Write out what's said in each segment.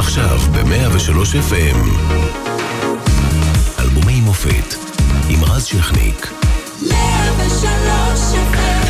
עכשיו ב-103 FM. אלבומי מופת עם רז שכניק. 103 FM.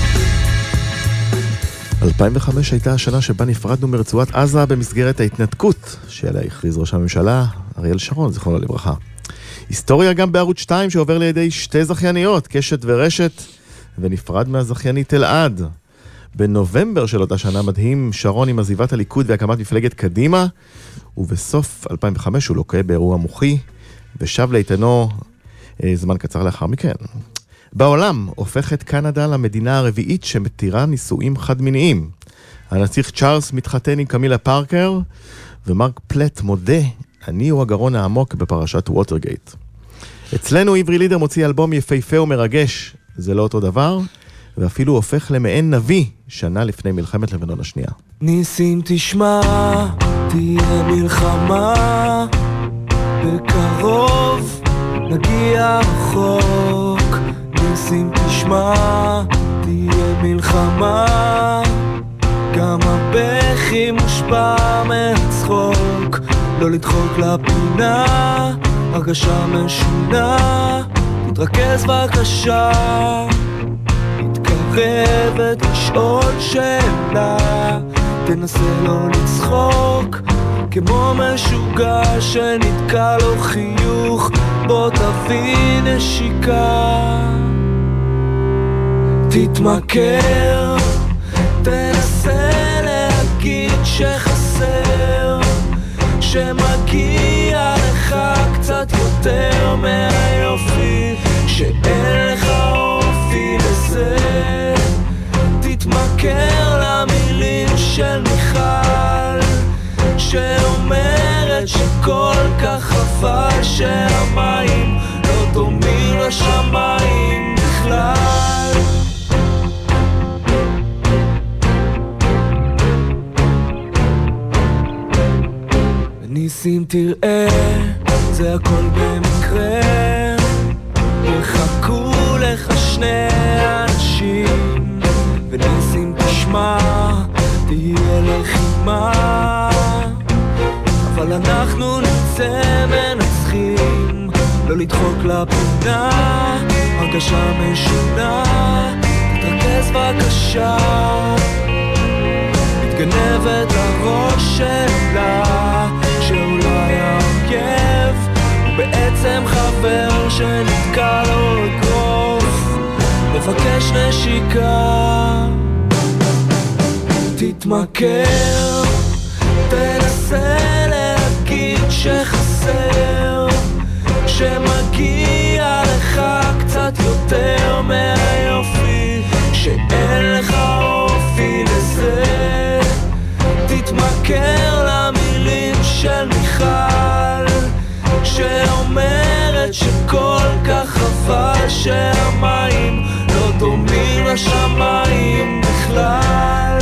2005 הייתה השנה שבה נפרדנו מרצועת עזה במסגרת ההתנתקות, שעליה הכריז ראש הממשלה אריאל שרון, זכרונו לברכה. היסטוריה גם בערוץ 2 שעובר לידי שתי זכייניות, קשת ורשת, ונפרד מהזכיינית אלעד. בנובמבר של אותה שנה מדהים שרון עם עזיבת הליכוד והקמת מפלגת קדימה, ובסוף 2005 הוא לוקה באירוע מוחי, ושב לאיתנו זמן קצר לאחר מכן. בעולם הופכת קנדה למדינה הרביעית שמתירה נישואים חד-מיניים. הנסיך צ'ארלס מתחתן עם קמילה פארקר, ומרק פלט מודה, אני הוא הגרון העמוק בפרשת ווטרגייט. אצלנו עברי לידר מוציא אלבום יפהפה ומרגש, זה לא אותו דבר, ואפילו הופך למעין נביא שנה לפני מלחמת לבנון השנייה. ניסים תשמע, תהיה מלחמה, בקרוב נגיע רחוק. ניסים תשמע, תהיה מלחמה, גם הבכי מושפע מהצחוק. לא לדחוק לפינה, הרגשה משונה, תתרכז בבקשה, מתקרבת לשאול שאלה, תנסה לא לצחוק כמו משוגע שנתקע לו חיוך, בוא תביא נשיקה. תתמכר, תנסה להגיד שחסר, שמגיע לך קצת יותר מהיופי, שאין לך אופי לזה. תתמכר למילים של מיכל, שאומרת שכל כך חבל שהמים לא דומים לשמיים בכלל. ניסים תראה, זה הכל במקרה, יחכו לך שני אנשים, וניסים תשמע, תהיה לחימה, אבל אנחנו נצא מנצחים, לא לדחוק לפינה, הרגשה משונה, תתרכז בבקשה, מתגנבת לראש שלה, שאולי האויב הוא בעצם חבר שנתקע לו אגרוף, מבקש נשיקה. תתמכר, תנסה להגיד שחסר, שמגיע לך קצת יותר מהיופי, שאין לך אופי לזה. תתמכר למילים של מיכל, שאומרת שכל כך חבל שהמים לא דומים לשמיים בכלל.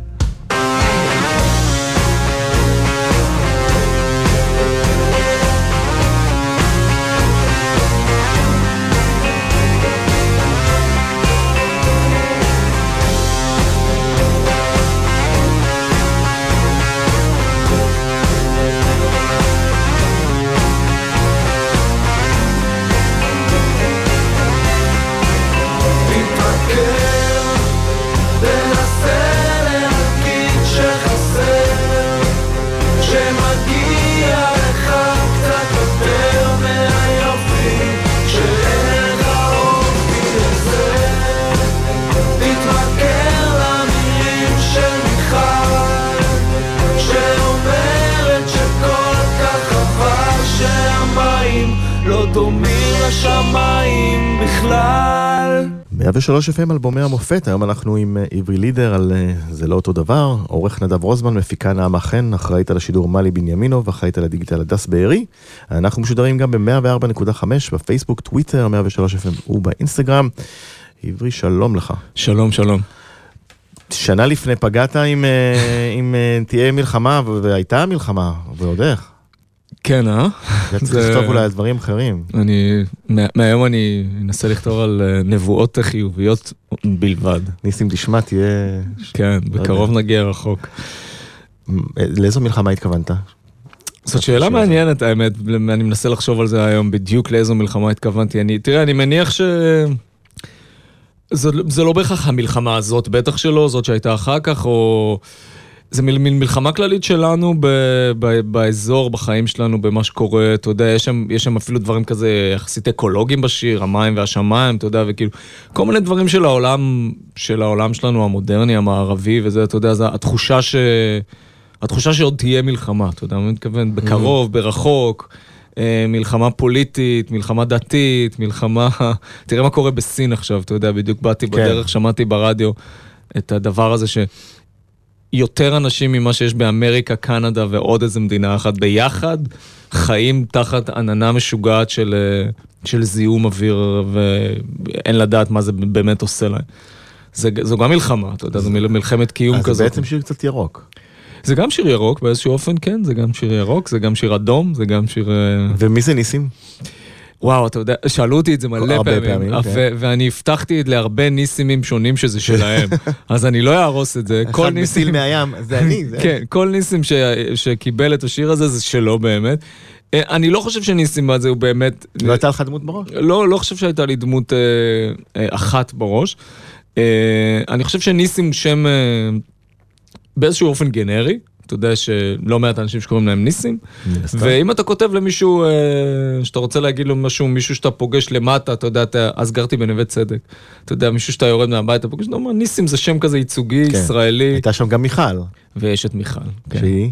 השמיים בכלל. 103 FM אלבומי המופת, היום אנחנו עם עברי לידר על זה לא אותו דבר, עורך נדב רוזמן, מפיקה נעמה חן, אחראית על השידור מלי בנימינו, ואחראית על הדיגיטל הדס בארי. אנחנו משודרים גם ב-104.5 בפייסבוק, טוויטר, 103 FM ובאינסטגרם. עברי, שלום לך. שלום, שלום. שנה לפני פגעת עם תהיה מלחמה, והייתה מלחמה, ועוד איך? כן, צריך לכתוב אולי על דברים אחרים. מהיום אני אנסה לכתוב על נבואות חיוביות בלבד. ניסים תשמע, תהיה... כן, בקרוב נגיע רחוק. לאיזו מלחמה התכוונת? זאת שאלה מעניינת, האמת, אני מנסה לחשוב על זה היום, בדיוק לאיזו מלחמה התכוונתי. תראה, אני מניח זה לא בהכרח המלחמה הזאת, בטח שלא, זאת שהייתה אחר כך, או... זה מלחמה כללית שלנו באזור, בחיים שלנו, במה שקורה, אתה יודע, יש שם אפילו דברים כזה יחסית אקולוגיים בשיר, המים והשמיים, אתה יודע, וכאילו, כל מיני דברים של העולם שלנו, המודרני, המערבי, וזה, אתה יודע, זה התחושה שעוד תהיה מלחמה, אתה יודע, אני מתכוון, בקרוב, ברחוק, מלחמה פוליטית, מלחמה דתית, מלחמה... תראה מה קורה בסין עכשיו, אתה יודע, בדיוק באתי בדרך, שמעתי ברדיו את הדבר הזה יותר אנשים ממה שיש באמריקה, קנדה ועוד איזה מדינה אחת ביחד, חיים תחת עננה משוגעת של זיהום אוויר, ואין לדעת מה זה באמת עושה להם. זו גם מלחמה, אתה יודע, זו מלחמת קיום כזאת. זה בעצם שיר קצת ירוק. זה גם שיר ירוק, באיזשהו אופן, כן, זה גם שיר ירוק, זה גם שיר אדום, זה גם שיר... ומי זה ניסים? וואו, אתה יודע, שאלו אותי את זה מלא פעמים, ואני הבטחתי להרבה ניסימים שונים שזה שלהם, אז אני לא אערוס את זה. אחד מסיל מהים, זה אני. כן, כל ניסים שקיבל את השיר הזה, זה שלו באמת. אני לא חושב שניסים הזה הוא באמת... לא הייתה לך דמות בראש? לא חושב שהייתה לי דמות אחת בראש. אני חושב שניסים הוא שם באיזשהו אופן גנרי, אתה יודע שלא מעט אנשים שקוראים להם ניסים, ואם אתה כותב למישהו שאתה רוצה להגיד לו משהו, מישהו שאתה פוגש למטה, אתה יודע, אז גרתי בנווה צדק, אתה יודע, מישהו שאתה יורד מהבית, אתה פוגש, ניסים זה שם כזה ייצוגי, ישראלי. הייתה שם גם מיכל. ויש את מיכל. שהיא?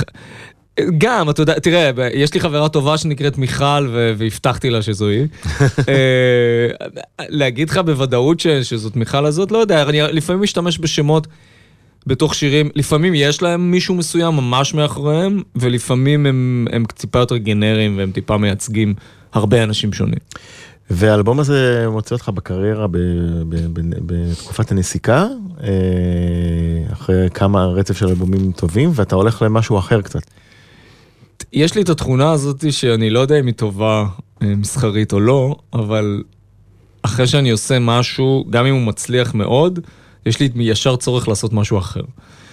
גם, אתה יודע, תראה, יש לי חברה טובה שנקראת מיכל, והבטחתי לה שזו היא. להגיד לך בוודאות שזאת מיכל הזאת, לא יודע, אני לפעמים משתמש בשמות, בתוך שירים, לפעמים יש להם מישהו מסוים ממש מאחוריהם, ולפעמים הם טיפה יותר גנריים, והם טיפה מייצגים הרבה אנשים שונים. והאלבום הזה מוצא אותך בקריירה בתקופת הנסיקה, אחרי כמה רצף של אלבומים טובים, ואתה הולך למשהו אחר קצת. יש לי את התכונה הזאת שאני לא יודע אם היא טובה מסחרית או לא, אבל אחרי שאני עושה משהו, גם אם הוא מצליח מאוד, יש לי ישר צורך לעשות משהו אחר.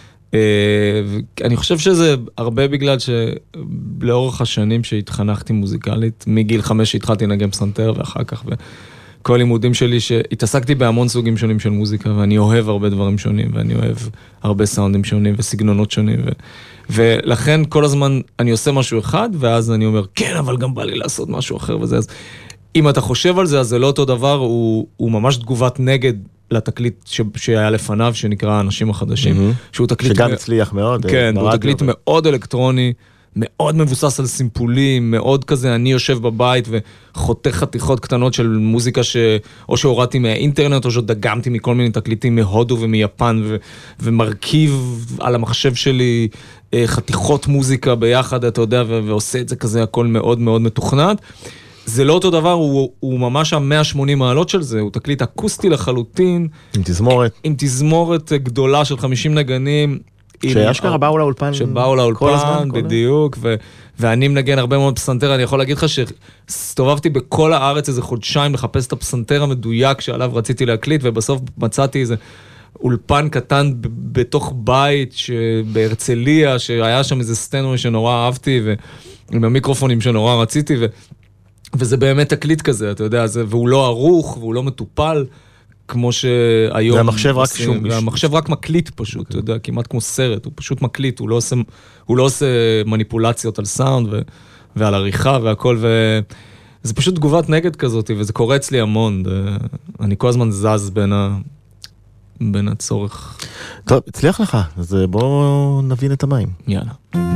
אני חושב שזה הרבה בגלל שלאורך השנים שהתחנכתי מוזיקלית, מגיל 5 שהתחלתי לנגן פסנתר ואחר כך, וכל לימודים שלי שהתעסקתי בהמון סוגים שונים של מוזיקה, ואני אוהב הרבה דברים שונים, ואני אוהב הרבה סאונדים שונים וסגנונות שונים, ולכן כל הזמן אני עושה משהו אחד, ואז אני אומר, כן, אבל גם בא לי לעשות משהו אחר וזה. אז אם אתה חושב על זה, אז זה לא אותו דבר, הוא ממש תגובת נגד לתקליט שהיה לפניו, שנקרא אנשים החדשים, שהוא תקליט... שגם הצליח מאוד. כן, הוא תקליט מאוד אלקטרוני, מאוד מבוסס על סימפולים, מאוד כזה, אני יושב בבית וחותך חתיכות קטנות של מוזיקה או שהורדתי מהאינטרנט, או שדגמתי מכל מיני תקליטים מהודו ומיפן, ומרכיב על המחשב שלי חתיכות מוזיקה ביחד, אתה יודע, ועושה את זה כזה, הכל מאוד מאוד מתוכנת. זה לא אותו דבר, הוא ממש 180 מעלות של זה, הוא תקליט אקוסטי לחלוטין. עם תזמורת. עם תזמורת גדולה של 50 נגנים. שאשכרה באו לאולפן. שבאו לאולפן, בדיוק, ואני מנגן הרבה מאוד פסנתר, אני יכול להגיד לך שהסתובבתי בכל הארץ איזה חודשיים לחפש את הפסנתר המדויק שעליו רציתי להקליט, ובסוף מצאתי איזה אולפן קטן בתוך בית בהרצליה, שהיה שם איזה סטנוי שנורא אהבתי, ועם המיקרופונים שנורא רציתי, וזה באמת תקליט כזה, אתה יודע, והוא לא ערוך, והוא לא מטופל, כמו שהיום... והמחשב רק מקליט פשוט, אתה יודע, כמעט כמו סרט, הוא פשוט מקליט, הוא לא עושה מניפולציות על סאונד ועל עריכה והכל, וזה פשוט תגובת נגד כזאת, וזה קורה אצלי המון, אני כל הזמן זז בין הצורך. טוב, הצליח לך, אז בואו נבין את המים. יאללה.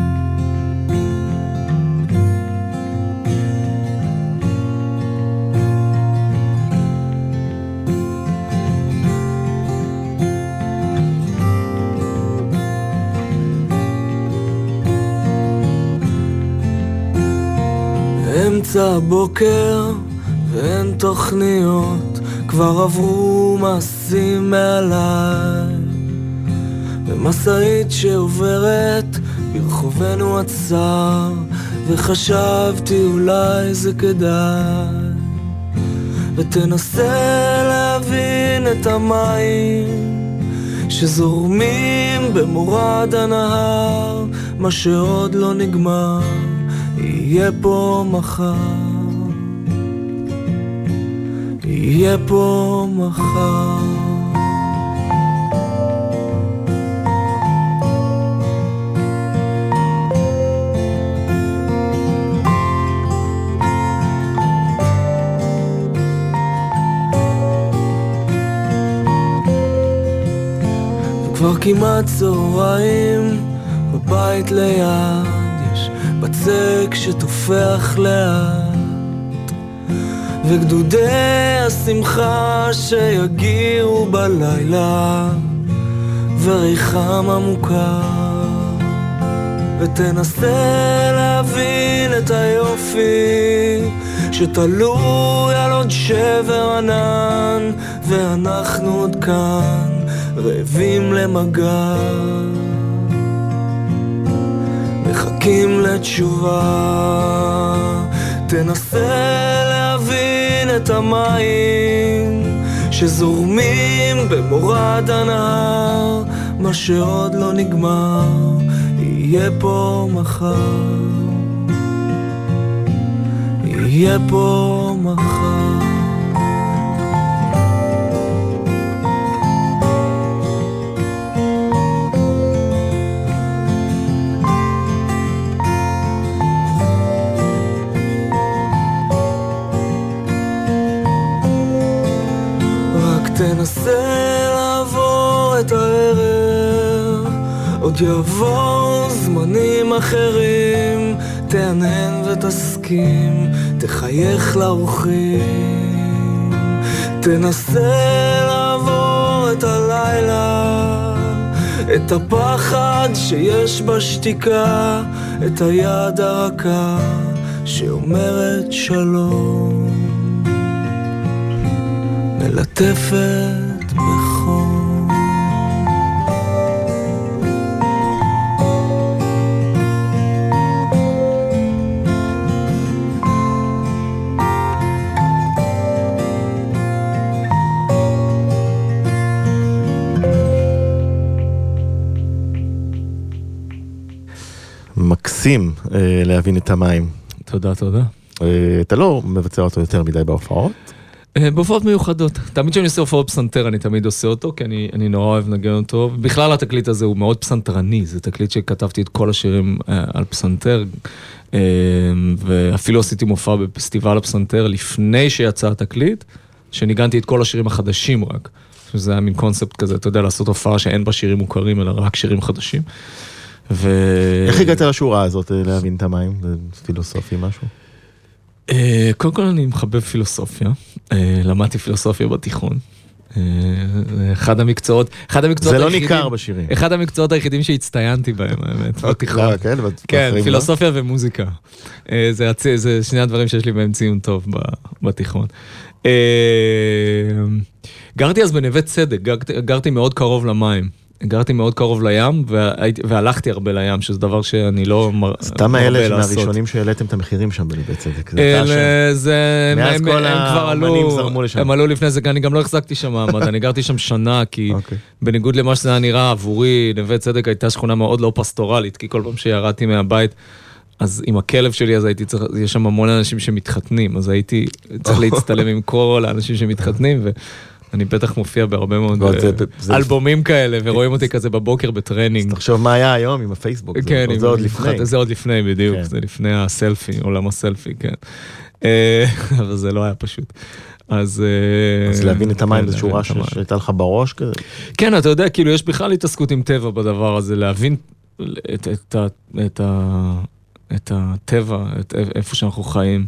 אמצע הבוקר ואין תוכניות, כבר עברו מעשים מעליי, במסעית שעוברת ברחובנו הצר, וחשבתי אולי זה כדאי, ותנסה להבין את המים שזורמים במורד הנהר, מה שעוד לא נגמר יהיה פה מחר, יהיה פה מחר. כבר כמעט צהריים, בבית ליד יש בצק שתופח לאט, וגדודי השמחה שיגיעו בלילה, וריחם עמוקה, ותנסה להבין את היופי שתלוי על עוד שבר ענן, ואנחנו עוד כאן רעבים למגע, מחכים לתשובה. תנסה להבין את המים שזורמים במורד הנהר, מה שעוד לא נגמר יהיה פה מחר, יהיה פה מחר. תנסה לעבור את הערב, עוד יעבור זמנים אחרים, תענן ותסכים, תחייך לאורחים. תנסה לעבור את הלילה, את הפחד שיש בשתיקה, את היד הרכה שאומרת שלום, מלטפת בחום. מקסים להבין את המים. תודה, תודה. אתה לא מבצע אותו יותר מדי בהופעות? בהופעות מיוחדות. תמיד כשאני עושה הופעות פסנתר, אני תמיד עושה אותו, כי אני נורא אוהב לנגן אותו. בכלל התקליט הזה הוא מאוד פסנתרני, זה תקליט שכתבתי את כל השירים על פסנתר, ואפילו עשיתי מופע בפסטיבל הפסנתר לפני שיצא התקליט, שניגנתי את כל השירים החדשים רק. שזה היה מין קונספט כזה, אתה יודע, לעשות הופעה שאין בה שירים מוכרים, אלא רק שירים חדשים. איך הגעת לשורה הזאת להבין את המים? זה פילוסופי משהו? קודם כל אני מחבב פילוסופיה, למדתי פילוסופיה בתיכון, אחד המקצועות זה לא ניכר בשירים. אחד המקצועות היחידים שהצטיינתי בהם, האמת, בתיכון. כן, פילוסופיה ומוזיקה. זה שני הדברים שיש לי בהם ציון טוב בתיכון. גרתי אז בנווה צדק, גרתי מאוד קרוב למים. גרתי מאוד קרוב לים, והלכתי הרבה לים, שזה דבר שאני לא מרבה לעשות. סתם האלה מהראשונים שהעליתם את המחירים שם בנווה צדק. הם כבר עלו, הם עלו לפני זה, אני גם לא החזקתי שם מעמד, אני גרתי שם שנה, כי בניגוד למה שזה היה נראה עבורי, נווה צדק הייתה שכונה מאוד לא פסטורלית, כי כל פעם שירדתי מהבית, אז עם הכלב שלי, אז הייתי צריך, יש שם המון אנשים שמתחתנים, אז הייתי צריך להצטלם עם כל האנשים שמתחתנים, אני בטח מופיע בהרבה מאוד אלבומים כאלה, ורואים אותי כזה בבוקר בטרנינג. תחשוב מה היה היום עם הפייסבוק, זה עוד לפני. זה עוד לפני, בדיוק, זה לפני הסלפי, עולם הסלפי, כן. אבל זה לא היה פשוט. אז להבין את המים, זו שורה שהייתה לך בראש כזה? כן, אתה יודע, כאילו יש בכלל התעסקות עם טבע בדבר הזה, להבין את הטבע, איפה שאנחנו חיים.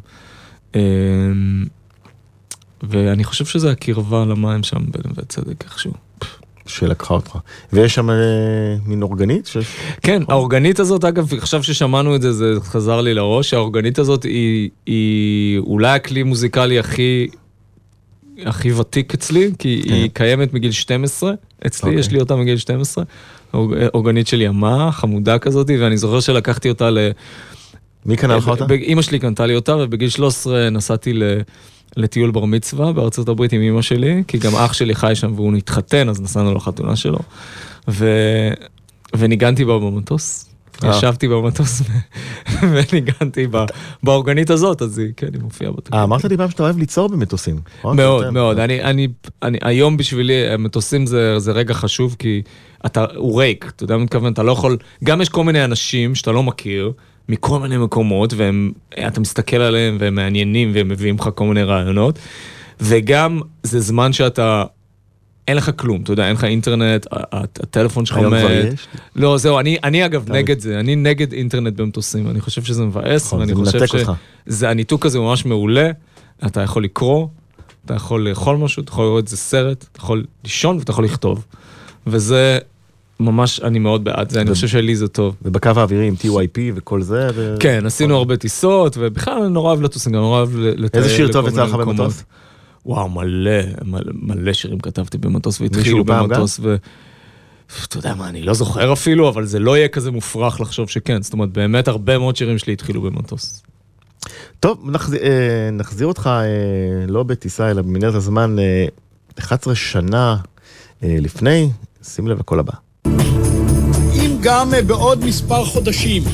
ואני חושב שזה הקרבה למים שם בנווה צדק איכשהו. שלקחה אותך. ויש שם מין אורגנית? כן, האורגנית הזאת, אגב, עכשיו ששמענו את זה, זה חזר לי לראש, האורגנית הזאת היא אולי הכלי מוזיקלי הכי ותיק אצלי, כי היא קיימת מגיל 12 אצלי, יש לי אותה מגיל 12, אורגנית של ימה, חמודה כזאת, ואני זוכר שלקחתי אותה מי קנה לך אותה? אמא שלי קנתה לי אותה, ובגיל 13 נסעתי לטיול בר מצווה בארצות הברית עם אמא שלי, כי גם אח שלי חי שם והוא נתחתן, אז נסענו לחתונה שלו. וניגנתי בה במטוס, ישבתי במטוס וניגנתי באורגנית הזאת, אז כן, היא מופיעה בתקליט. אמרת לי פעם שאתה אוהב ליצור במטוסים. מאוד, מאוד. היום בשבילי, המטוסים זה רגע חשוב, כי הוא ריק, אתה יודע מה מתכוון, אתה לא יכול, גם יש כל מיני אנשים שאתה לא מכיר, מכל מיני מקומות, ואתה מסתכל עליהם, והם מעניינים, והם מביאים לך כל מיני רעיונות, וגם זה זמן שאתה, אין לך כלום, אתה יודע, אין לך אינטרנט, הטלפון שלך עומד. לא, זהו, אני אגב נגד זה, אני נגד אינטרנט במטוסים, אני חושב שזה מבאס, ואני חושב שזה, הניתוק הזה ממש מעולה, אתה יכול לקרוא, אתה יכול לאכול משהו, אתה יכול לראות איזה סרט, אתה יכול לישון ואתה יכול לכתוב, וזה ממש, אני מאוד בעד זה, אני חושב שלי זה טוב. ובקו האווירי עם TYP וכל זה. כן, עשינו הרבה טיסות, ובכלל אני נורא אוהב לטוס, אני גם נורא אוהב לטייל. איזה שיר טוב יצא לך במטוס? וואו, מלא שירים כתבתי במטוס, והתחילו במטוס, ואתה יודע מה, אני לא זוכר אפילו, אבל זה לא יהיה כזה מופרך לחשוב שכן, זאת אומרת, באמת הרבה מאוד שירים שלי התחילו במטוס. טוב, נחזיר אותך לא בטיסה, אלא במנהרת הזמן 11 שנה לפני, שים לב לכל הבא. אם גם בעוד מספר חודשים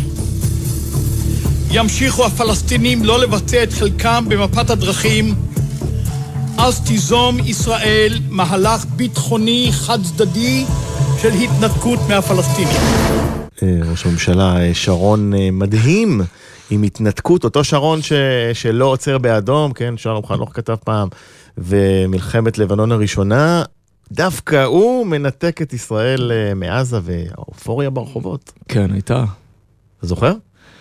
ימשיכו הפלסטינים לא לבצע את חלקם במפת הדרכים, אז תיזום ישראל מהלך ביטחוני חד צדדי של התנתקות מהפלסטינים. ראש הממשלה שרון מדהים עם התנתקות, אותו שרון שלא עוצר באדום, כן, שלום חנוך כתב פעם, ומלחמת לבנון הראשונה, דווקא הוא מנתק את ישראל מעזה והאופוריה ברחובות. כן, הייתה. אתה זוכר?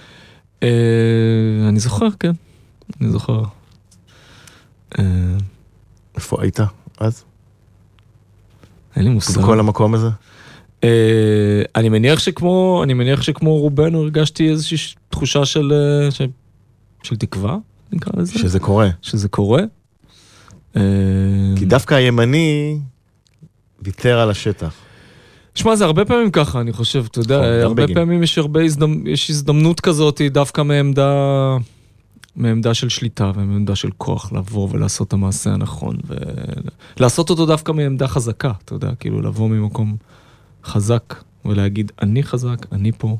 אני זוכר, כן. אני זוכר. איפה היית אז? אין לי מושג. בכל המקום הזה? אני מניח שכמו רובנו הרגשתי איזושהי תחושה של תקווה, נקרא לזה. שזה קורה. שזה קורה. כי דווקא הימני ויתר על השטח. שמע, זה הרבה פעמים ככה, אני חושב, אתה יודע, הרבה פעמים יש הזדמנות כזאת, דווקא מעמדה של שליטה ומעמדה של כוח לבוא ולעשות את המעשה הנכון, ולעשות אותו דווקא מעמדה חזקה, אתה יודע, כאילו לבוא ממקום חזק ולהגיד, אני חזק, אני פה,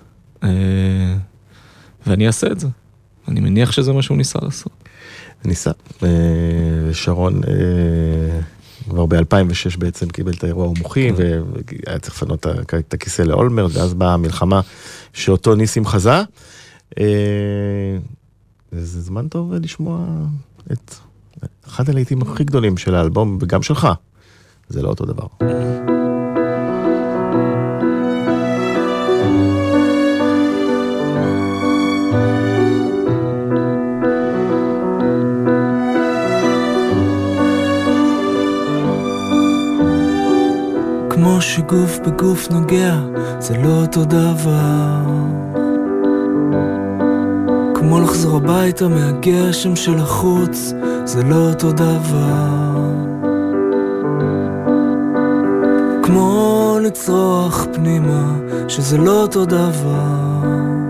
ואני אעשה את זה. אני מניח שזה מה שהוא ניסה לעשות. ניסה. שרון כבר ב-2006 בעצם קיבל את האירוע המוחי, והיה צריך לפנות את הכיסא לאולמרט, ואז באה המלחמה שאותו ניסים חזה. זה זמן טוב לשמוע את אחד הלעיתים הכי גדולים של האלבום, וגם שלך. זה לא אותו דבר. כמו שגוף בגוף נוגע, זה לא אותו דבר. כמו לחזור הביתה מהגשם של החוץ, זה לא אותו דבר. כמו לצרוח פנימה, שזה לא אותו דבר.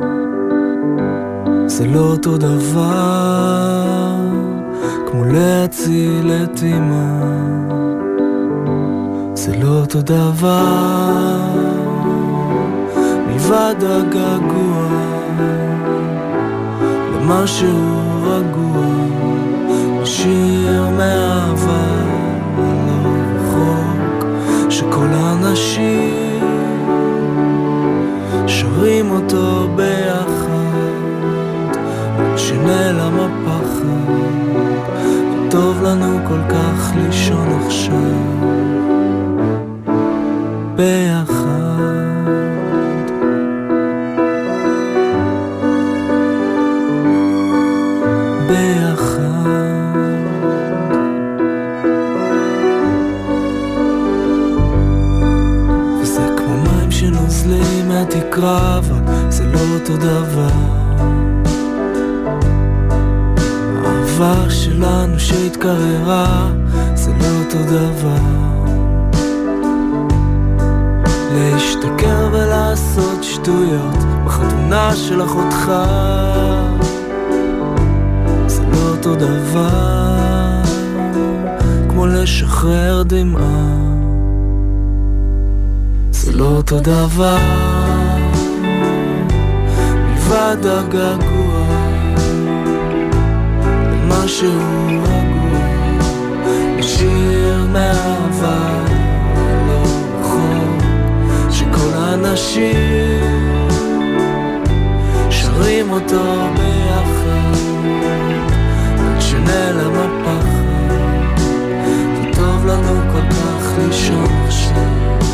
זה לא אותו דבר. כמו להציל את אמא, זה לא אותו דבר. מלבד הגעגוע משהו רגוע, שיר מאהבה לא רחוק, שכל האנשים שרים אותו ביחד, שנעלם הפחד, טוב לנו כל כך לישון עכשיו ביחד. תקרא, אבל זה לא אותו דבר. האהבה שלנו שהתקררה, זה לא אותו דבר. להשתכר ולעשות שטויות בחתונה של אחותך, זה לא אותו דבר. כמו לשחרר דמעה, זה לא אותו דבר. מלבד הגעגוע למשהו רגוע, שיר מאהבה לא רחוק, שכל האנשים שרים אותו ביחד עד שנעלם הפחד, וטוב לנו כל כך לישון עכשיו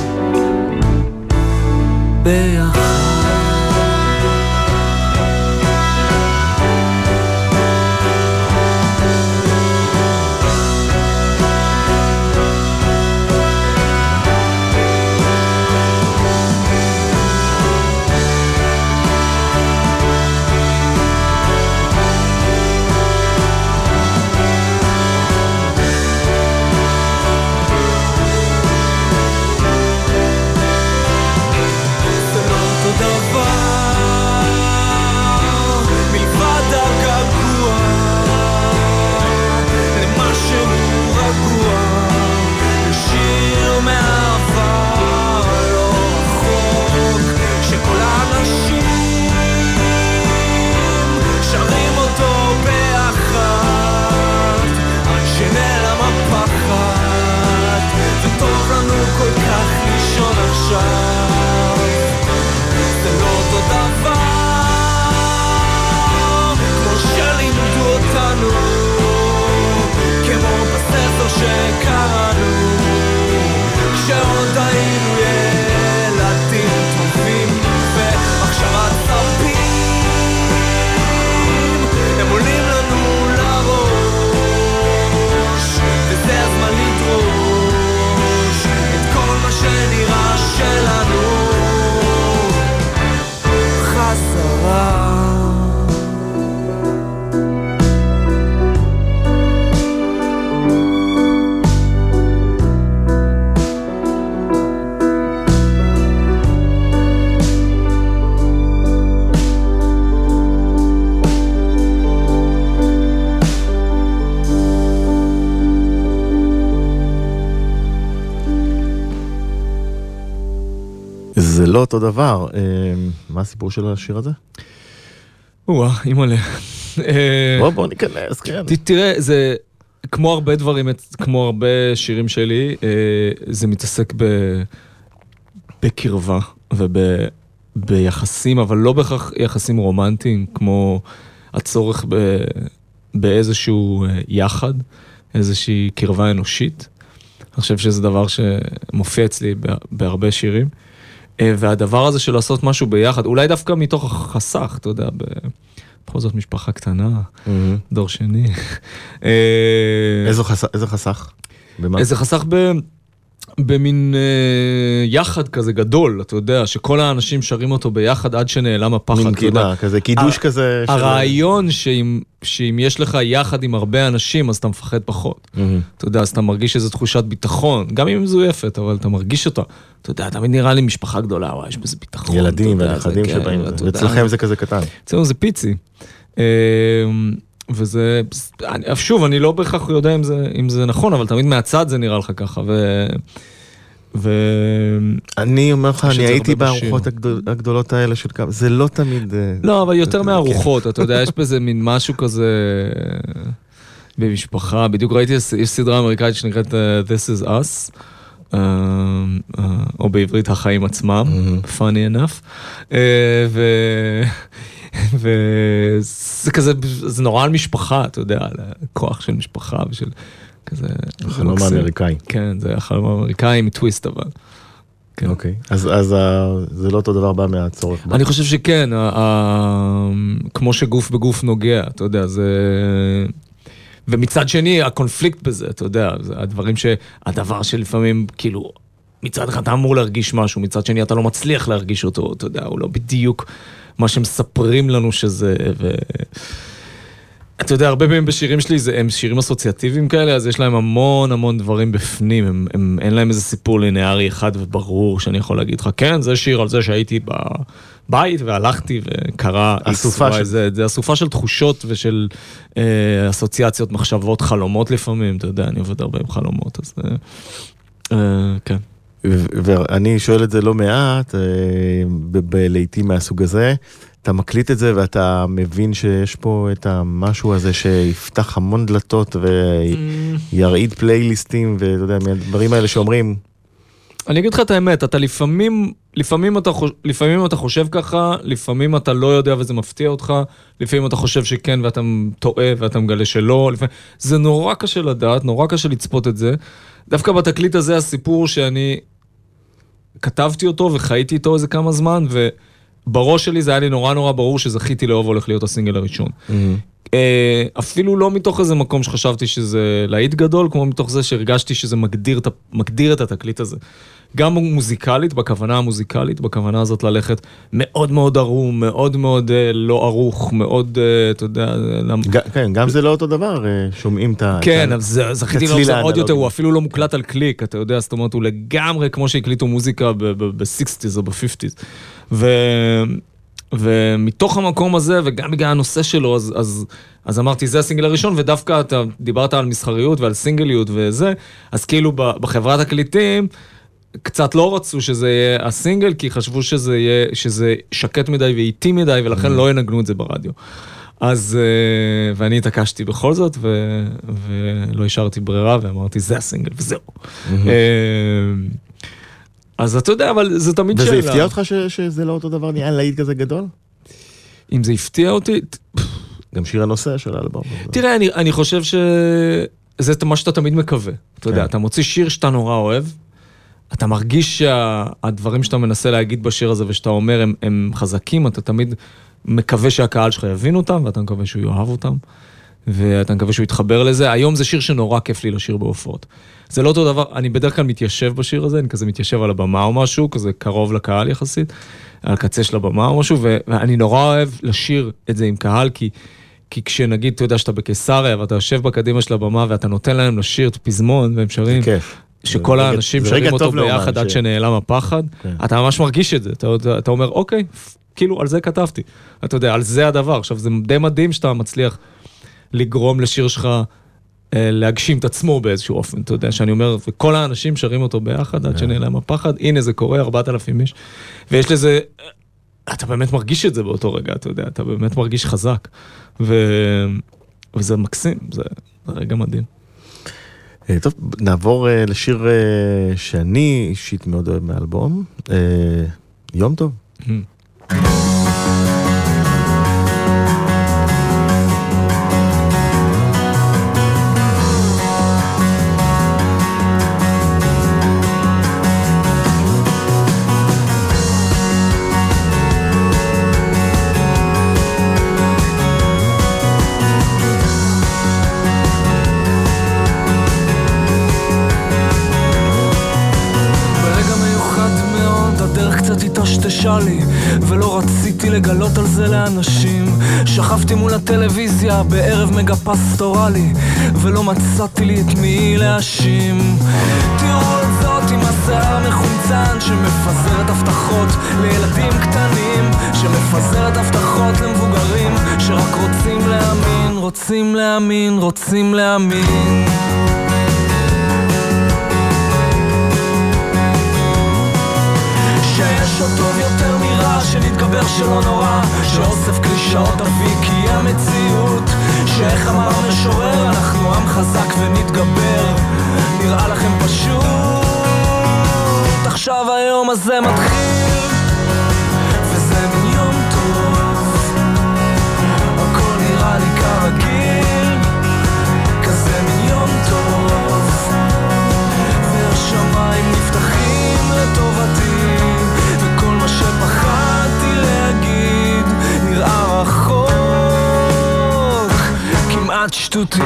ביחד. זה לא אותו דבר. מה הסיפור של השיר הזה? אימא'לה. בוא ניכנס, כן. תראה, זה כמו הרבה דברים, כמו הרבה שירים שלי, זה מתעסק בקרבה וביחסים, אבל לא בהכרח יחסים רומנטיים, כמו הצורך באיזשהו יחד, איזושהי קרבה אנושית. אני חושב שזה דבר שמופיע אצלי בהרבה שירים. והדבר הזה של לעשות משהו ביחד, אולי דווקא מתוך החסך, אתה יודע, בכל זאת משפחה קטנה, דור שני. איזה חסך? איזה חסך במין יחד כזה גדול, אתה יודע, שכל האנשים שרים אותו ביחד עד שנעלם הפחד. מין קימה, כזה קידוש כזה. הרעיון שאם יש לך יחד עם הרבה אנשים, אז אתה מפחד פחות. אתה יודע, אז אתה מרגיש איזו תחושת ביטחון, גם אם זו יפת, אבל אתה מרגיש אותה. אתה יודע, תמיד נראה לי משפחה גדולה, יש בזה ביטחון. ילדים והנכדים שבאים, אצלכם זה כזה קטן. אצלנו זה פיצי. וזה, שוב, אני לא בהכרח יודע אם זה נכון, אבל תמיד מהצד זה נראה לך ככה, אני אומר לך, אני הייתי בארוחות הגדולות האלה של כמה, זה לא תמיד... לא, אבל יותר מהארוחות, אתה יודע, יש בזה מין משהו כזה במשפחה, בדיוק ראיתי, יש סדרה אמריקאית שנקראת This is Us, או בעברית החיים עצמם, funny enough, וזה כזה, זה נורא על משפחה, אתה יודע, על הכוח של משפחה ושל כזה... החלום האמריקאי. כן, זה החלום האמריקאי מטוויסט אבל. אוקיי, אז זה לא אותו דבר בא מהצורך. אני חושב שכן, כמו שגוף בגוף נוגע, אתה יודע, זה... ומצד שני, הקונפליקט בזה, אתה יודע, זה הדבר שלפעמים, כאילו, מצד אחד אתה אמור להרגיש משהו, מצד שני אתה לא מצליח להרגיש אותו, אתה יודע, הוא לא בדיוק מה שמספרים לנו שזה, אתה יודע, הרבה פעמים בשירים שלי, הם שירים אסוציאטיביים כאלה, אז יש להם המון המון דברים בפנים, אין להם איזה סיפור לינארי אחד וברור, שאני יכול להגיד לך, כן, זה שיר על זה שהייתי בבית, והלכתי וקרה, זה אסופה של תחושות ושל אסוציאציות, מחשבות, חלומות לפעמים, אתה יודע, אני עובד הרבה עם חלומות, אז כן. ואני שואל את זה לא מעט, בלעיתים מהסוג הזה, אתה מקליט את זה ואתה מבין שיש פה את המשהו הזה שיפתח המון דלתות וירעיד פלייליסטים ואתה יודע, מהדברים האלה שאומרים. אני אגיד לך את האמת, אתה לפעמים אתה חושב ככה, לפעמים אתה לא יודע וזה מפתיע אותך, לפעמים אתה חושב שכן ואתה טועה ואתה מגלה שלא, זה נורא קשה לדעת, נורא קשה לצפות את זה. דווקא בתקליט הזה הסיפור שאני כתבתי אותו וחייתי איתו איזה כמה זמן, ובראש שלי זה היה לי נורא נורא ברור שזכיתי לאהוב הולך להיות הסינגל הראשון. אפילו לא מתוך איזה מקום שחשבתי שזה להיט גדול, כמו מתוך זה שהרגשתי שזה מגדיר את התקליט הזה. גם מוזיקלית, בכוונה המוזיקלית, בכוונה הזאת ללכת מאוד מאוד ערום, מאוד מאוד לא ערוך, מאוד, אתה יודע... כן, גם זה לא אותו דבר, שומעים את ה... כן, אבל זכיתי לו זה עוד יותר, הוא אפילו לא מוקלט על קליק, אתה יודע, זאת אומרת, הוא לגמרי כמו שהקליטו מוזיקה ב-60s או ב-50s. ומתוך המקום הזה, וגם בגלל הנושא שלו, אז אמרתי, זה הסינגל הראשון, ודווקא אתה דיברת על מסחריות ועל סינגליות וזה, אז כאילו בחברת הקליטים, קצת לא רצו שזה יהיה הסינגל, כי חשבו שזה שקט מדי ואיטי מדי, ולכן לא ינגנו את זה ברדיו. אז, ואני התעקשתי בכל זאת, ולא השארתי ברירה, ואמרתי, זה הסינגל, וזהו. אז אתה יודע, אבל זה תמיד שאלה. וזה הפתיע אותך שזה לא אותו דבר, נהיה להיט כזה גדול? אם זה הפתיע אותי... גם שיר הנושא של האלבום. תראה, אני חושב שזה מה שאתה תמיד מקווה. אתה יודע, אתה מוציא שיר שאתה נורא אוהב, אתה מרגיש שהדברים שאתה מנסה להגיד בשיר הזה ושאתה אומר הם חזקים, אתה תמיד מקווה שהקהל שלך יבין אותם, ואתה מקווה שהוא יאהב אותם, ואתה מקווה שהוא יתחבר לזה. היום זה שיר שנורא כיף לי לשיר בהופעות. זה לא אותו דבר, אני בדרך כלל מתיישב בשיר הזה, אני כזה מתיישב על הבמה או משהו, כזה קרוב לקהל יחסית, על קצה של הבמה או משהו, ואני נורא אוהב לשיר את זה עם קהל, כי כשנגיד, אתה יודע שאתה בקיסריה, ואתה יושב בקדימה של הבמה, ואתה נותן להם לשיר את פזמון, והם שרים, שכל האנשים שרים אותו ביחד עד שנעלם הפחד, אתה ממש מרגיש את זה, אתה אומר, אוקיי, כאילו על זה כתבתי, אתה יודע, על זה הדבר. עכשיו, זה די מדהים שאתה מצליח לגרום לשיר שלך להגשים את עצמו באיזשהו אופן, אתה יודע, שאני אומר, וכל האנשים שרים אותו ביחד עד שנעלם הפחד, הנה זה קורה, 4,000 איש, ויש לזה, אתה באמת מרגיש את זה באותו רגע, אתה יודע, אתה באמת מרגיש חזק, וזה מקסים, זה רגע מדהים. טוב, נעבור לשיר שאני אישית מאוד אוהב מהאלבום, יום טוב. ולא רציתי לגלות על זה לאנשים. שכבתי מול הטלוויזיה בערב מגה פסטורלי, ולא מצאתי לי את מי להאשים. תראו את זאת עם השיער מחומצן שמפזרת הבטחות לילדים קטנים, שמפזרת הבטחות למבוגרים שרק רוצים להאמין, רוצים להאמין, רוצים להאמין. שיש עוד טוב יותר מרע, שנתגבר שלא נורא, שאוסף קלישאות אבי כי המציאות, שאיך אמר משורר, אנחנו עם חזק ונתגבר. נראה לכם פשוט, עכשיו היום הזה מתחיל, וזה מן יום טוב, הכל נראה לי כרגיל, כזה מן יום טוב, והשמיים נפתחים לטובתי, וכל מה שפחדתי להגיד נראה רחוק, כמעט שטותי.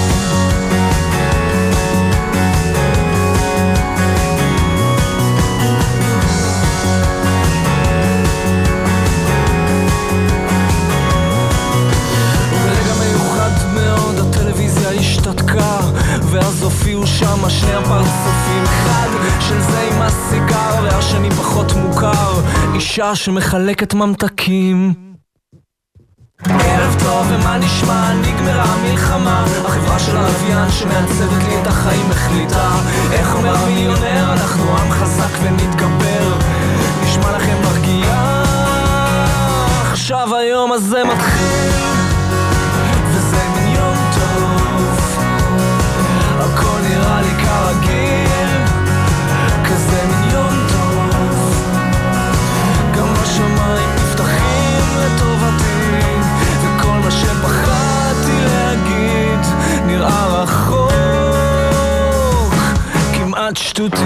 ואז הופיעו שם שני הפרצופים, אחד של זה עם הסיגר והשני פחות מוכר, אישה שמחלקת ממתקים. ערב טוב ומה נשמע, נגמרה המלחמה, החברה של הלוויין שמעצבת לי את החיים החליטה, איך אומר המיליונר, אנחנו עם חזק ונתגבר. נשמע לכם מרגיע? עכשיו היום הזה מתחיל וזה מין יום טוב, הכל נראה לי כרגיל, כזה מין יום טוב, גם השמיים נפתחים לטובתי, וכל מה שפחדתי להגיד נראה רחוק, כמעט שטותי.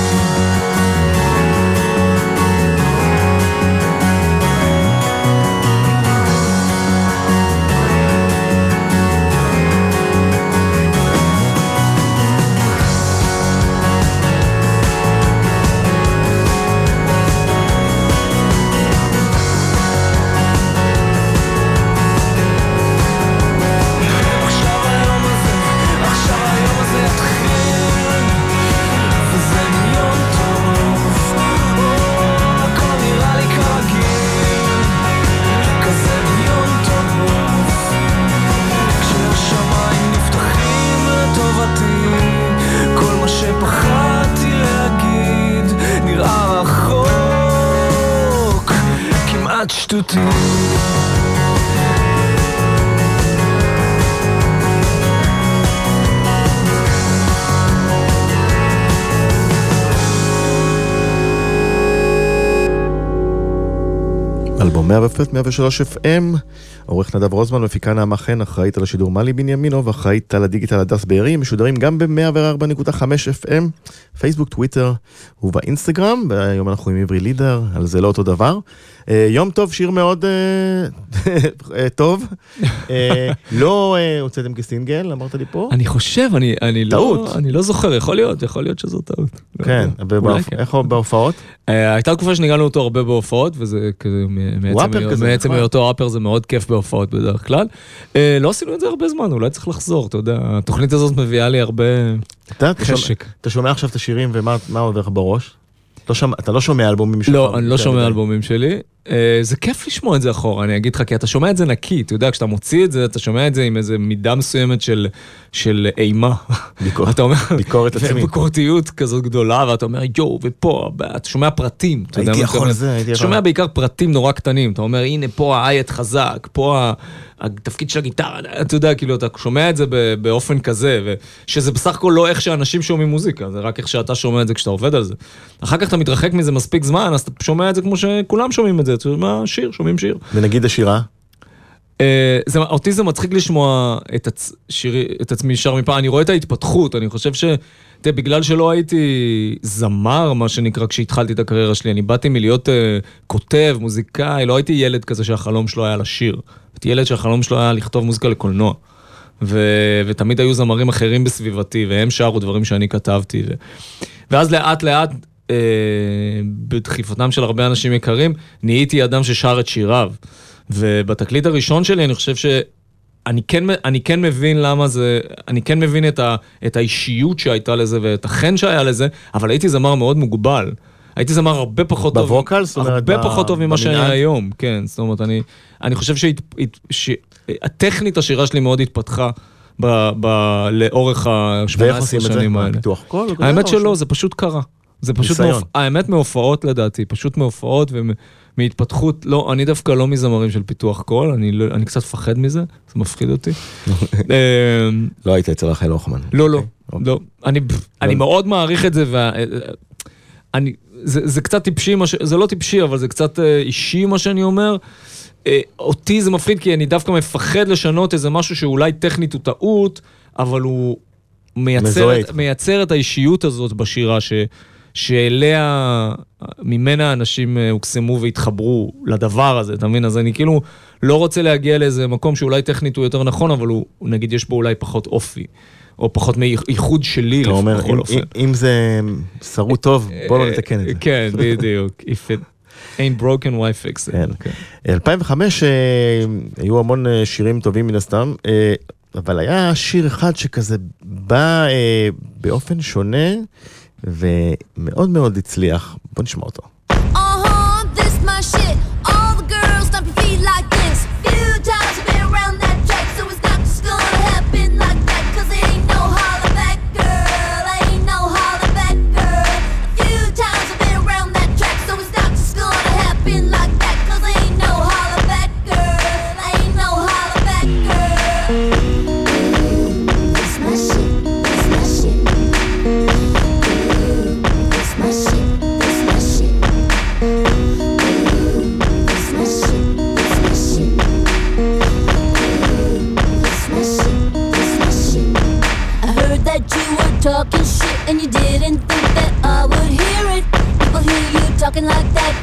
שטותי. אלבום 103 FM, עורך נדב רוזמן, מפיקה נעמה חן, אחראית על השידור מלי בנימינוב, אחראית על הדיגיטל הדס בארי, משודרים גם ב-104.5 FM, פייסבוק, טוויטר ובאינסטגרם, והיום אנחנו עם עברי לידר, על זה לא אותו דבר. יום טוב, שיר מאוד טוב. לא הוצאתם כסינגל, אמרת לי פה? אני חושב, אני לא זוכר, יכול להיות שזו טעות. כן, איך בהופעות? הייתה תקופה שניגענו אותו הרבה בהופעות, וזה כזה, מעצם היותו ראפר זה מאוד כיף בהופעות בדרך כלל. לא עשינו את זה הרבה זמן, אולי צריך לחזור, אתה יודע, התוכנית הזאת מביאה לי הרבה חשק. אתה שומע עכשיו את השירים ומה עובר לך בראש? אתה לא שומע אלבומים שלך? לא, אני לא שומע אלבומים שלי. זה כיף לשמוע את זה אחורה, אני אגיד לך, כי אתה שומע את זה נקי, אתה יודע, כשאתה מוציא את זה, אתה שומע את זה עם איזה מידה מסוימת של אימה. ביקורת עצמית. וביקורתיות כזאת גדולה, ואתה אומר, יו, ופה, אתה שומע פרטים. הייתי יכול זה, אתה שומע בעיקר פרטים נורא קטנים, אתה אומר, הנה, פה האייט חזק, פה התפקיד של הגיטרה, אתה יודע, כאילו, אתה שומע את זה באופן כזה, שזה בסך הכל לא איך שאנשים שומעים מוזיקה, זה רק איך שאתה שומע את זה כשאתה עובד על זה. אחר כך אתה מתרחק מזה מספיק זמן, אז אתה שומע את זה כמו שכולם שומעים את זה, אתה שומע שיר, שומעים שיר. ונגיד השירה? אותי זה מצחיק לשמוע את עצמי שר מפעם, אני רואה את ההתפתחות, אני חושב בגלל שלא הייתי זמר, מה שנקרא, כשהתחלתי את הקריירה שלי, אני באתי מלהיות כותב, מוזיקאי, לא הייתי ילד כזה שהחלום שלו היה לשיר, הייתי ילד שהחלום שלו היה לכתוב מוזיקה לקולנוע, ותמיד היו זמרים אחרים בסביבתי, והם שרו דברים שאני כתבתי, ואז לאט לאט, בדחיפתם של הרבה אנשים יקרים, נהייתי אדם ששר את שיריו, ובתקליט הראשון שלי אני חושב אני כן מבין למה זה, אני כן מבין את האישיות שהייתה לזה ואת החן שהיה לזה, אבל הייתי זמר מאוד מוגבל. הייתי זמר הרבה פחות טוב. בווקל? הרבה פחות טוב ממה שאני היום, כן. זאת אומרת, אני חושב שהטכנית השירה שלי מאוד התפתחה לאורך ה-18 שנים האלה. פיתוח קול? האמת שלא, זה פשוט קרה. זה פשוט, האמת מהופעות לדעתי, פשוט מהופעות ומהתפתחות, לא, אני דווקא לא מזמרים של פיתוח קול, אני קצת פחד מזה, זה מפחיד אותי. לא היית אצל רחל הוחמן. לא, אני מאוד מעריך את זה, זה קצת טיפשי, זה לא טיפשי, אבל זה קצת אישי מה שאני אומר, אותי זה מפחיד כי אני דווקא מפחד לשנות איזה משהו שאולי טכנית הוא טעות, אבל הוא מייצר את האישיות הזאת בשירה שאליה, ממנה אנשים הוקסמו והתחברו לדבר הזה, אתה מבין? אז אני כאילו לא רוצה להגיע לאיזה מקום שאולי טכנית הוא יותר נכון, אבל הוא נגיד יש בו אולי פחות אופי, או פחות מייחוד שלי. אתה אומר, אם זה שרות טוב, בוא לא נתקן את זה. כן, בדיוק. If it ain't broken, why fix it. 2005 היו המון שירים טובים מן הסתם, אבל היה שיר אחד שכזה בא באופן שונה, ומאוד מאוד הצליח. בוא נשמע אותו. This my shit. All the girls stomp your feet like this. Few times I've been around that track, so it's not just gonna happen like that. Cause it ain't no holler back girl, ain't no holler back girl. A few times I've been around that track, so it's not just gonna happen like that. Cause it ain't no holler back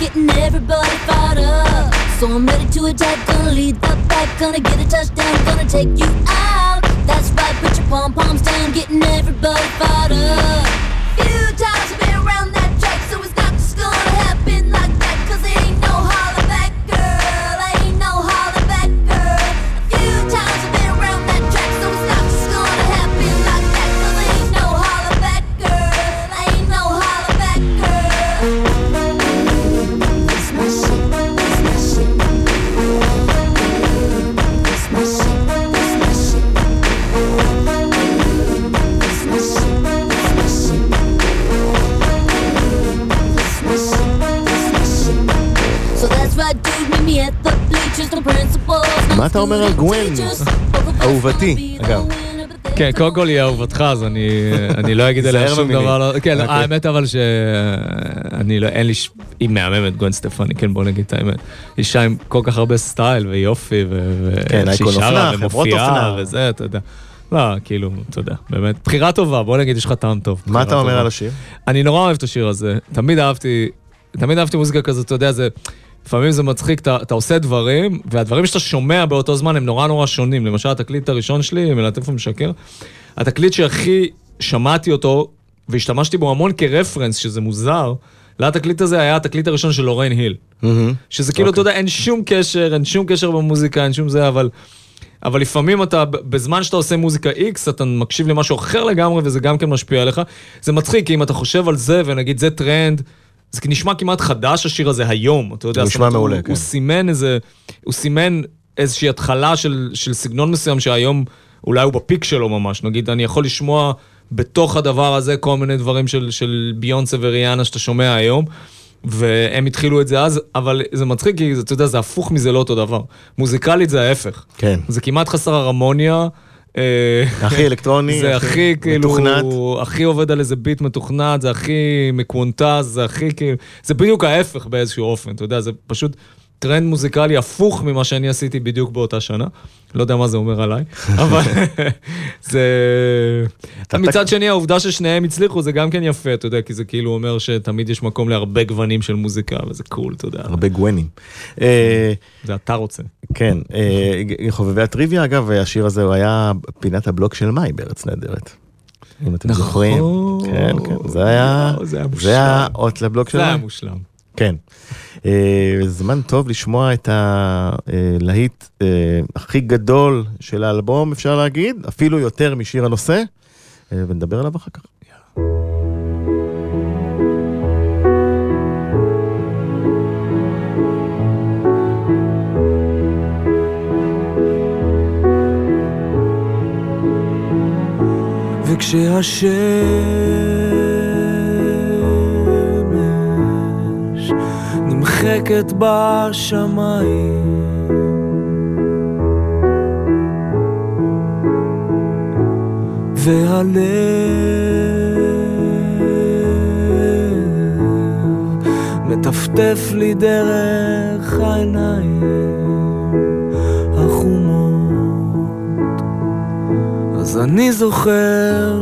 getting everybody fired up. So I'm ready to attack, gonna lead the back, gonna get a touchdown, gonna take you out. That's right, put your pom-poms down, getting everybody fired up. Few times I've been around that track, so it's not just gonna happen like that, 'cause there ain't no holler back, girl, ain't no holler back, girl. A few times I've been around that track, so it's not just gonna happen like that, 'cause there ain't no holler back, girl, ain't no holler back, girl. That's my shit, that's my shit. That's my shit, that's my shit. That's my shit, that's my shit. That's my shit, that's my shit. So that's right, dude, meet me at the bleachers, no principles. מה אתה אומר על גווין? אהובתי, אגב. כן, קודם כל היא אהובתך, אז אני לא אגיד עליה שום דבר. כן, האמת אבל שאני לא, אין לי, היא מהממת גווין סטפני, כן, בוא נגיד את האמת. אישה עם כל כך הרבה סטייל ויופי, אייקון אופנה, חברות אופנה. וזה, אתה יודע. לא, כאילו, אתה יודע, באמת. בחירה טובה, בוא נגיד, יש לך טעם טוב. מה אתה אומר על השיר? אני נורא אוהב את השיר הזה. תמיד אהבתי מוזיקה כזאת, אתה יודע, זה... לפעמים זה מצחיק, אתה עושה דברים, והדברים שאתה שומע באותו זמן הם נורא נורא שונים. למשל, התקליט הראשון שלי, מלטף ומשקר, התקליט שהכי שמעתי אותו, והשתמשתי בו המון כרפרנס, שזה מוזר, לתקליט הזה היה התקליט הראשון של לוריין היל. שזה כאילו, אתה יודע, אין שום קשר במוזיקה, אין שום זה, אבל לפעמים אתה, בזמן שאתה עושה מוזיקה X, אתה מקשיב למשהו אחר לגמרי, וזה גם כן משפיע עליך. זה מצחיק, כי אם אתה חושב על זה, ונגיד זה טרנד, זה נשמע כמעט חדש השיר הזה היום, אתה יודע. זה נשמע מעולה, כן. הוא סימן איזושהי התחלה של סגנון מסוים שהיום אולי הוא בפיק שלו ממש. נגיד, אני יכול לשמוע בתוך הדבר הזה כל מיני דברים של ביונסה וריאנה שאתה שומע היום, והם התחילו את זה אז, אבל זה מצחיק כי אתה יודע, זה הפוך מזה לא אותו דבר. מוזיקלית זה ההפך. כן. זה כמעט חסר הרמוניה, הכי אלקטרוני, זה הכי כאילו, מתוכנת. הכי עובד על איזה ביט מתוכנת, זה הכי מקוונטז, זה הכי כאילו, זה בדיוק ההפך באיזשהו אופן, אתה יודע, זה פשוט טרנד מוזיקלי הפוך ממה שאני עשיתי בדיוק באותה שנה, לא יודע מה זה אומר עליי, אבל זה... מצד שני, העובדה ששניהם הצליחו, זה גם כן יפה, אתה יודע, כי זה כאילו אומר שתמיד יש מקום להרבה גוונים של מוזיקה, וזה קול, אתה יודע. הרבה גוונים. זה אתה רוצה. כן, חובבי הטריוויה, אגב, השיר הזה הוא היה פינת הבלוג של מאי בארץ נהדרת. אם אתם זוכרים. כן, כן, זה היה אות לבלוג של מאי. זה היה מושלם. כן. זמן טוב לשמוע את הלהיט הכי גדול של האלבום, אפשר להגיד, אפילו יותר משיר הנושא, ונדבר עליו אחר כך. וכשהשמש נמחקת בשמיים והלב מטפטף לי דרך העיניים החומות, אז אני זוכר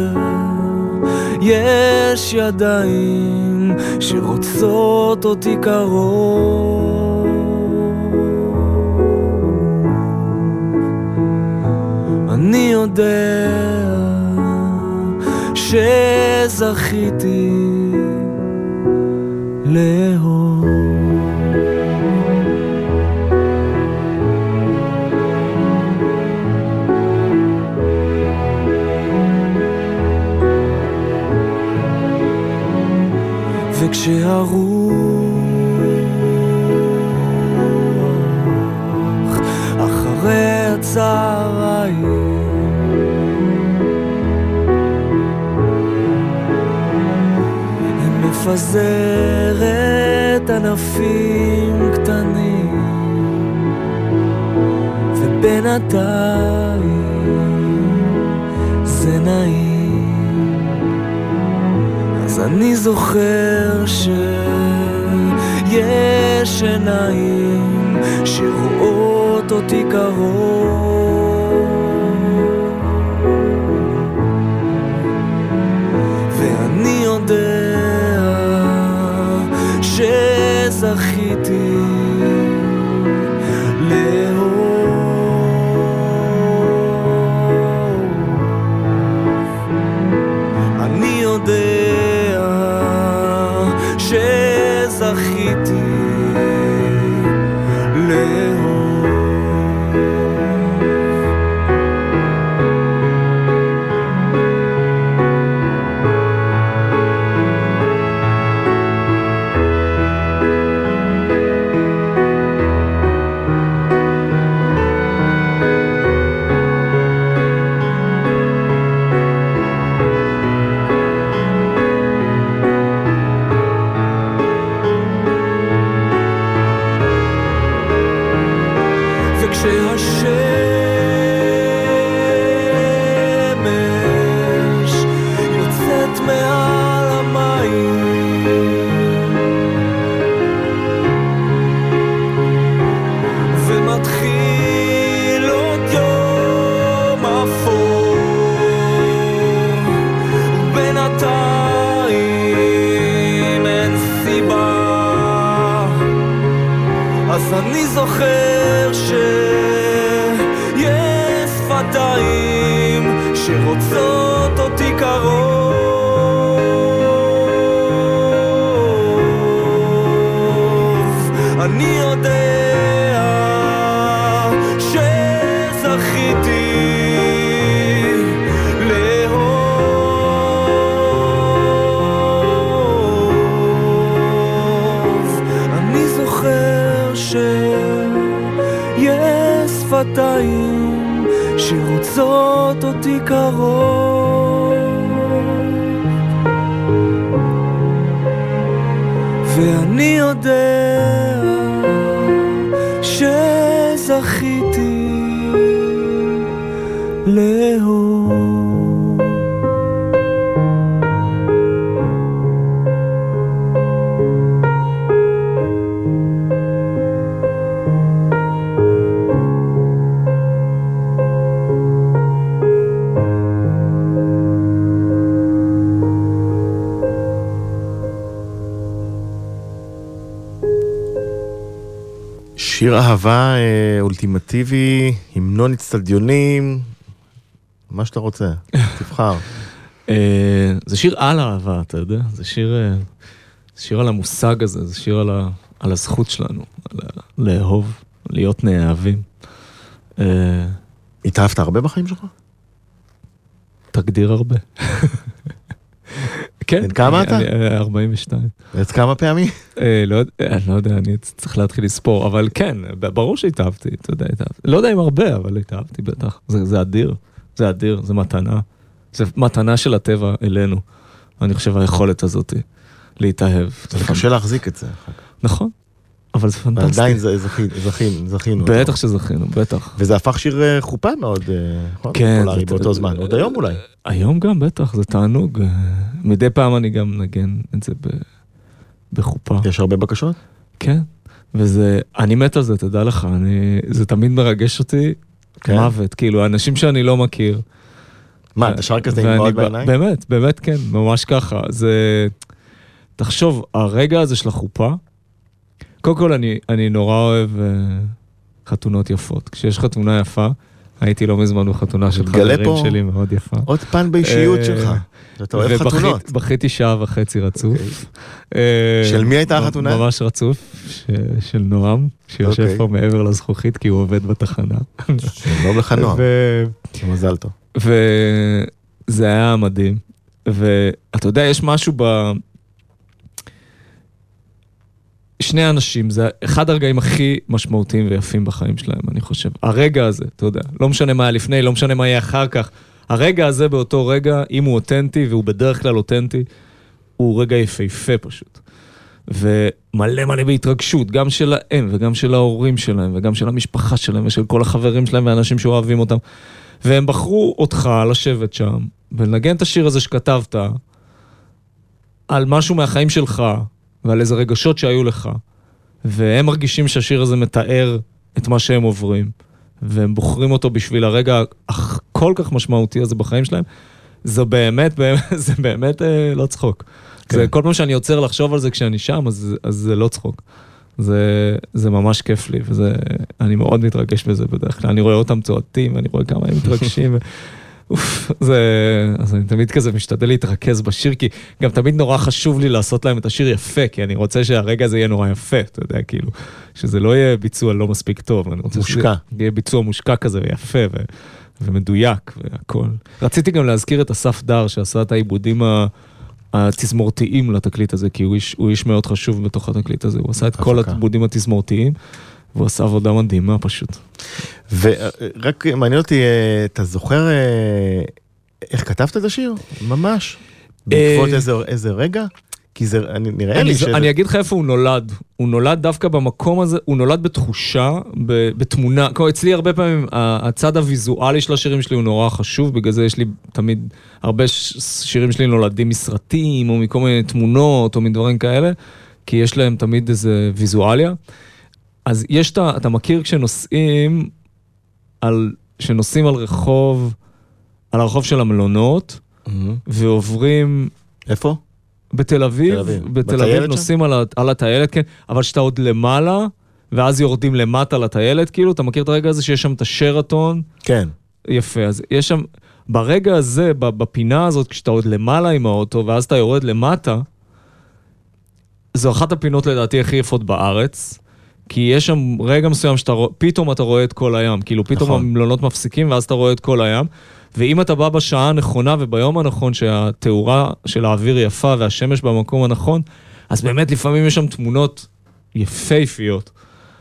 שיש ידיים שרוצות אותי קרוב, אני יודע שזכיתי לאהוב. וכשהרוח אחרי הצהריים מפזרת ענפים קטנים, ובינתיים זה נעים, אז אני זוכר שיש עיניים שרואות אותי קרוב, ואני יודע כשהשמש יוצאת מעל המים ומתחיל עוד יום אפור ובינתיים אין סיבה אז אני זוכר שיש שפתיים שרוצות אותי קרוב אני יודע שזכיתי לאהוב אני זוכר שיש שפתיים שרוצות אותי קרוב ואני יודע שזכיתי לאהוב שיר אהבה אולטימטיבי, המנון אצטדיונים, מה שאתה רוצה, תבחר. זה שיר על אהבה, אתה יודע? זה שיר על המושג הזה, זה שיר על הזכות שלנו, לאהוב, להיות נאהבים. התאהבת הרבה בחיים שלך? תגדיר הרבה. כן. כמה אתה? 42. אז כמה פעמים? אני לא יודע, אני צריך להתחיל לספור, אבל כן, ברור שהתאהבתי, אתה יודע, התאהבתי. לא יודע אם הרבה, אבל התאהבתי בטח. זה אדיר, זה אדיר, זה מתנה. זה מתנה של הטבע אלינו. אני חושב היכולת הזאת להתאהב. זה קשה להחזיק את זה. נכון, אבל זה פנטסטי. עדיין זכינו. בטח שזכינו, בטח. וזה הפך שיר חופה מאוד פופולרי באותו זמן, עוד היום אולי. היום גם בטח, זה תענוג. מדי פעם אני גם נגן את זה בחופה. יש הרבה בקשות? כן, וזה, אני מת על זה, תדע לך, זה תמיד מרגש אותי מוות, כאילו, האנשים שאני לא מכיר. מה, אתה שר כזה עם מאוד בעיניים? באמת כן, ממש ככה. זה, תחשוב, הרגע הזה של החופה, קודם כל אני נורא אוהב חתונות יפות. כשיש חתונה יפה, הייתי לא מזמן בחתונה של חברים שלי מאוד יפה. עוד פן באישיות שלך. אתה אוהב חתונות. ובכיתי שעה וחצי רצוף. של מי הייתה החתונה? ממש רצוף, של נועם, שיושב פה מעבר לזכוכית, כי הוא עובד בתחנה. שלום לך נועם. מזל טוב. וזה היה מדהים. ואתה יודע, יש משהו שני אנשים, זה אחד הרגעים הכי משמעותיים ויפים בחיים שלהם, אני חושב. הרגע הזה, אתה יודע, לא משנה מה היה לפני, לא משנה מה יהיה אחר כך, הרגע הזה באותו רגע, אם הוא אותנטי, והוא בדרך כלל אותנטי, הוא רגע יפהפה פשוט. ומלא מלא בהתרגשות, גם שלהם, וגם של ההורים שלהם, וגם של המשפחה שלהם, ושל כל החברים שלהם, והאנשים שאוהבים אותם. והם בחרו אותך לשבת שם, ולנגן את השיר הזה שכתבת, על משהו מהחיים שלך, ועל איזה רגשות שהיו לך, והם מרגישים שהשיר הזה מתאר את מה שהם עוברים, והם בוחרים אותו בשביל הרגע כל כך משמעותי הזה בחיים שלהם, זה באמת לא צחוק. כן. זה כל פעם שאני יוצר לחשוב על זה כשאני שם, אז זה לא צחוק. זה ממש כיף לי, ואני מאוד מתרגש בזה בדרך כלל. אני רואה אותם צועטים, אני רואה כמה הם מתרגשים, אז אני תמיד כזה משתדל להתרכז בשיר, כי גם תמיד נורא חשוב לי לעשות להם את השיר יפה, כי אני רוצה שהרגע הזה יהיה נורא יפה, אתה יודע, כאילו, שזה לא יהיה ביצוע לא מספיק טוב, אני רוצה שזה יהיה ביצוע מושקע כזה ויפה ומדויק והכל. רציתי גם להזכיר את אסף דר, שעשה את העיבודים התזמורתיים לתקליט הזה, כי הוא איש מאוד חשוב בתוך התקליט הזה, הוא עשה את כל העיבודים התזמורתיים, והוא עשה עבודה מדהימה פשוט. ורק מעניין אותי, אתה זוכר איך כתבת את השיר? ממש? בעקבות איזה רגע? כי זה נראה לי אני אגיד לך איפה הוא נולד. הוא נולד דווקא במקום הזה, הוא נולד בתחושה, בתמונה. אצלי הרבה פעמים, הצד הוויזואלי של השירים שלי הוא נורא חשוב, בגלל זה יש לי תמיד, הרבה שירים שלי נולדים מסרטים, או מכל מיני תמונות, או מדברים כאלה, כי יש להם תמיד איזה ויזואליה. אז יש אתה מכיר כשנוסעים על הרחוב של המלונות, ועוברים... איפה? בתל אביב, בתל אביב נוסעים על הטיילת, כן, אבל שאתה עוד למעלה, ואז יורדים למטה לטיילת, כאילו, אתה מכיר את הרגע הזה שיש שם את השרתון? כן. יפה, אז יש שם, ברגע הזה, בפינה הזאת, כשאתה עוד למעלה עם האוטו, ואז אתה יורד למטה, זו אחת הפינות לדעתי הכי יפות בארץ, כי יש שם רגע מסוים פתאום אתה רואה את כל הים, כאילו פתאום המלונות מפסיקים, ואז אתה רואה את כל הים, ואם אתה בא בשעה הנכונה וביום הנכון שהתאורה של האוויר יפה והשמש במקום הנכון, אז באמת לפעמים יש שם תמונות יפהפיות.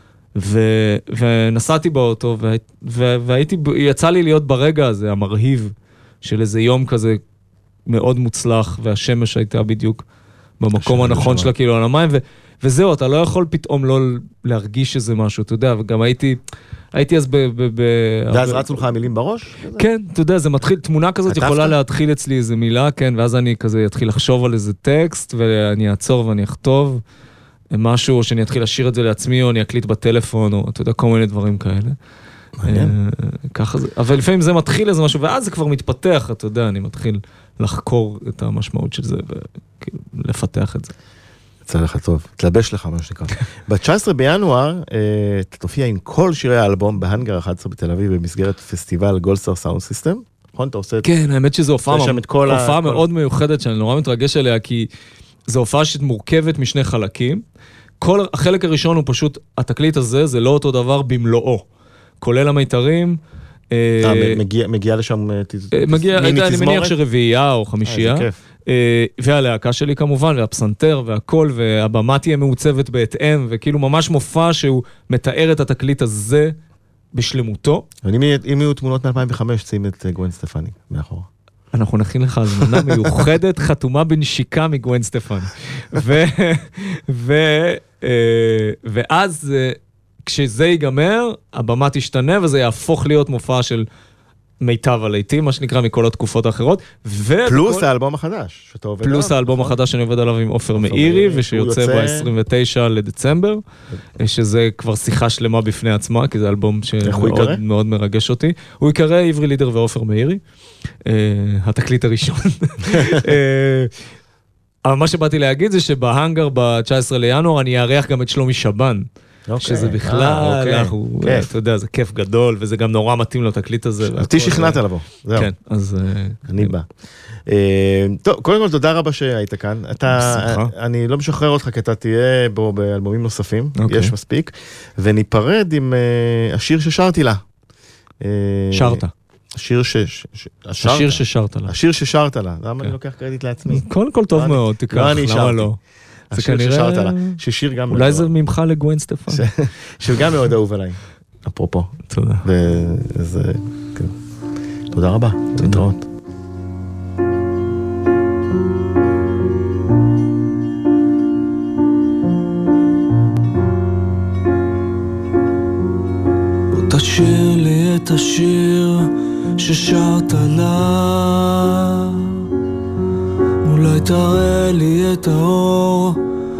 ונסעתי באוטו ויצא לי להיות ברגע הזה, המרהיב של איזה יום כזה מאוד מוצלח, והשמש הייתה בדיוק במקום הנכון שלה כאילו על המים, וזהו, אתה לא יכול פתאום לא להרגיש איזה משהו, אתה יודע, וגם הייתי אז ואז רצו לך המילים בראש? כן, אתה יודע, זה מתחיל, תמונה כזאת יכולה להתחיל אצלי איזה מילה, כן, ואז אני כזה אתחיל לחשוב על איזה טקסט, ואני אעצור ואני אכתוב משהו, או שאני אתחיל לשיר את זה לעצמי, או אני אקליט בטלפון, או אתה יודע, כל מיני דברים כאלה. מעניין. ככה זה, אבל לפעמים זה מתחיל איזה משהו, ואז זה כבר מתפתח, אתה יודע, אני מתחיל לחקור את המשמעות של זה, וכאילו, לפתח את זה. יצא לך טוב, תלבש לך מה שנקרא. ב-19 בינואר, אתה תופיע עם כל שירי האלבום בהנגר 11 בתל אביב, במסגרת פסטיבל גולדסטאר סאונד סיסטם. נכון, אתה עושה... כן, האמת שזו הופעה מאוד מיוחדת, שאני נורא מתרגש עליה, כי זו הופעה שמורכבת משני חלקים. החלק הראשון הוא פשוט, התקליט הזה, זה לא אותו דבר במלואו. כולל המיתרים. מגיע לשם אני מניח שרביעייה או חמישייה. והלהקה שלי כמובן, והפסנתר והכל, והבמה תהיה מעוצבת בהתאם, וכאילו ממש מופע שהוא מתאר את התקליט הזה בשלמותו. אם יהיו תמונות מ-2005, שים את גואן סטפני מאחורה. אנחנו נכין לך הזמנה מיוחדת, חתומה בנשיקה מגואן סטפני. ואז כשזה ייגמר, הבמה תשתנה, וזה יהפוך להיות מופע של מיטב הלהיטים, מה שנקרא מכל התקופות האחרות. פלוס האלבום החדש, שאתה עובד עליו. פלוס האלבום החדש שאני עובד עליו עם עופר מאירי, ושיוצא ב-29 לדצמבר, שזה כבר שיחה שלמה בפני עצמה, כי זה אלבום שמאוד מאוד מרגש אותי. הוא יקרא עברי לידר ועופר מאירי, התקליט הראשון. אבל מה שבאתי להגיד זה שבהנגר ב-19 לינואר אני אארח גם את שלומי שבן, שזה בכלל, אתה יודע, זה כיף גדול, וזה גם נורא מתאים לתקליט הזה. אותי שכנעת לבוא. כן, אז... אני בא. טוב, קודם כל תודה רבה שהיית כאן. אני לא משחרר אותך, כי אתה תהיה בו באלבומים נוספים, יש מספיק, וניפרד עם השיר ששרתי לה. שרת. השיר ששרת לה. השיר ששרת לה. למה אני לוקח קרדיט לעצמי? קודם כל טוב מאוד, תיקח, למה לא? השיר ששרת לה. ששיר גם... אולי זה ממך לגואן סטפן. שגם מאוד אהוב עליי. אפרופו. תודה. תודה רבה. להתראות. תשאיר לי את השיר ששרת לה, אולי תראה לי את האור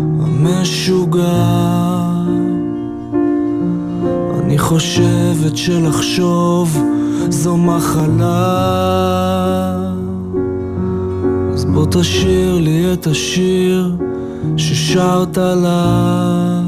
המשוגע. אני חושבת שלחשוב זו מחלה, אז בוא תשאיר לי את השיר ששרת לה.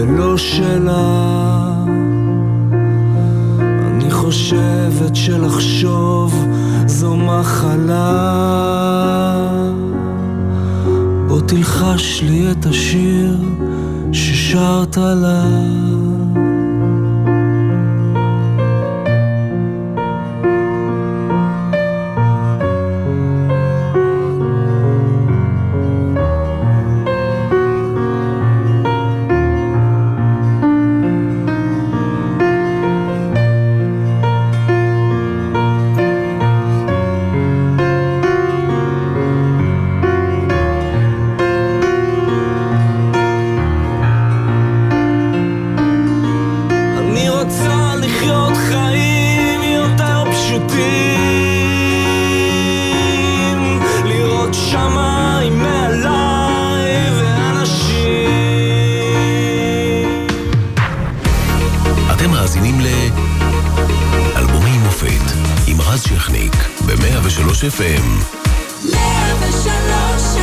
ולא שלה. אני חושבת שלחשוב זו מחלה. בוא תלחש לי את השיר ששרת לה. FM 103